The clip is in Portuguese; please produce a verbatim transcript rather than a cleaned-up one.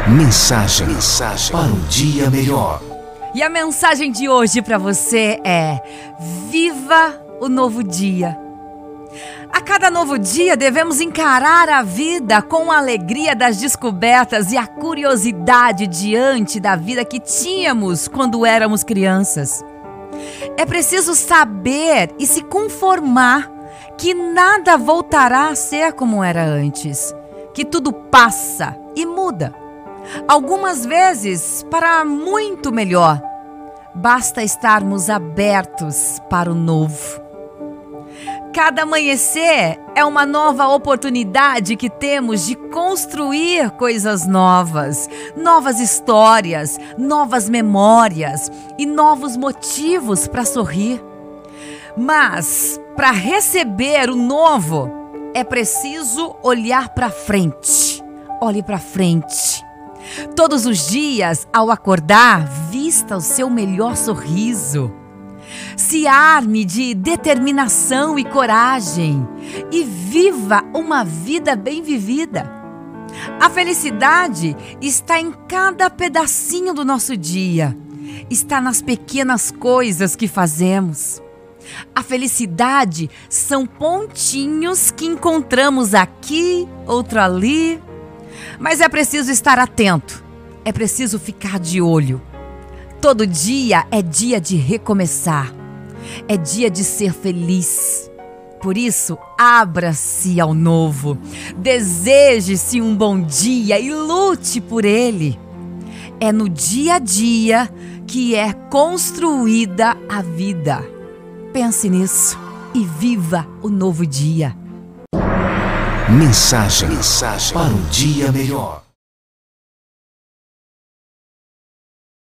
Mensagem, mensagem para um dia melhor. E a mensagem de hoje para você é: viva o novo dia. A cada novo dia devemos encarar a vida com a alegria das descobertas e a curiosidade diante da vida que tínhamos quando éramos crianças. É preciso saber e se conformar que nada voltará a ser como era antes, que tudo passa e muda. Algumas vezes para muito melhor. Basta estarmos abertos para o novo. Cada amanhecer é uma nova oportunidade que temos de construir coisas novas, novas histórias, novas memórias e novos motivos para sorrir. Mas, para receber o novo, é preciso olhar para frente. Olhe para frente. Todos os dias, ao acordar, vista o seu melhor sorriso. Se arme de determinação e coragem e viva uma vida bem vivida. A felicidade está em cada pedacinho do nosso dia. Está nas pequenas coisas que fazemos. A felicidade são pontinhos que encontramos aqui, outro ali. Mas é preciso estar atento. É preciso ficar de olho. Todo dia é dia de recomeçar. É dia de ser feliz. Por isso, abra-se ao novo. Deseje-se um bom dia e lute por ele. É no dia a dia que é construída a vida. Pense nisso e viva o novo dia. Mensagem, mensagem para um dia melhor.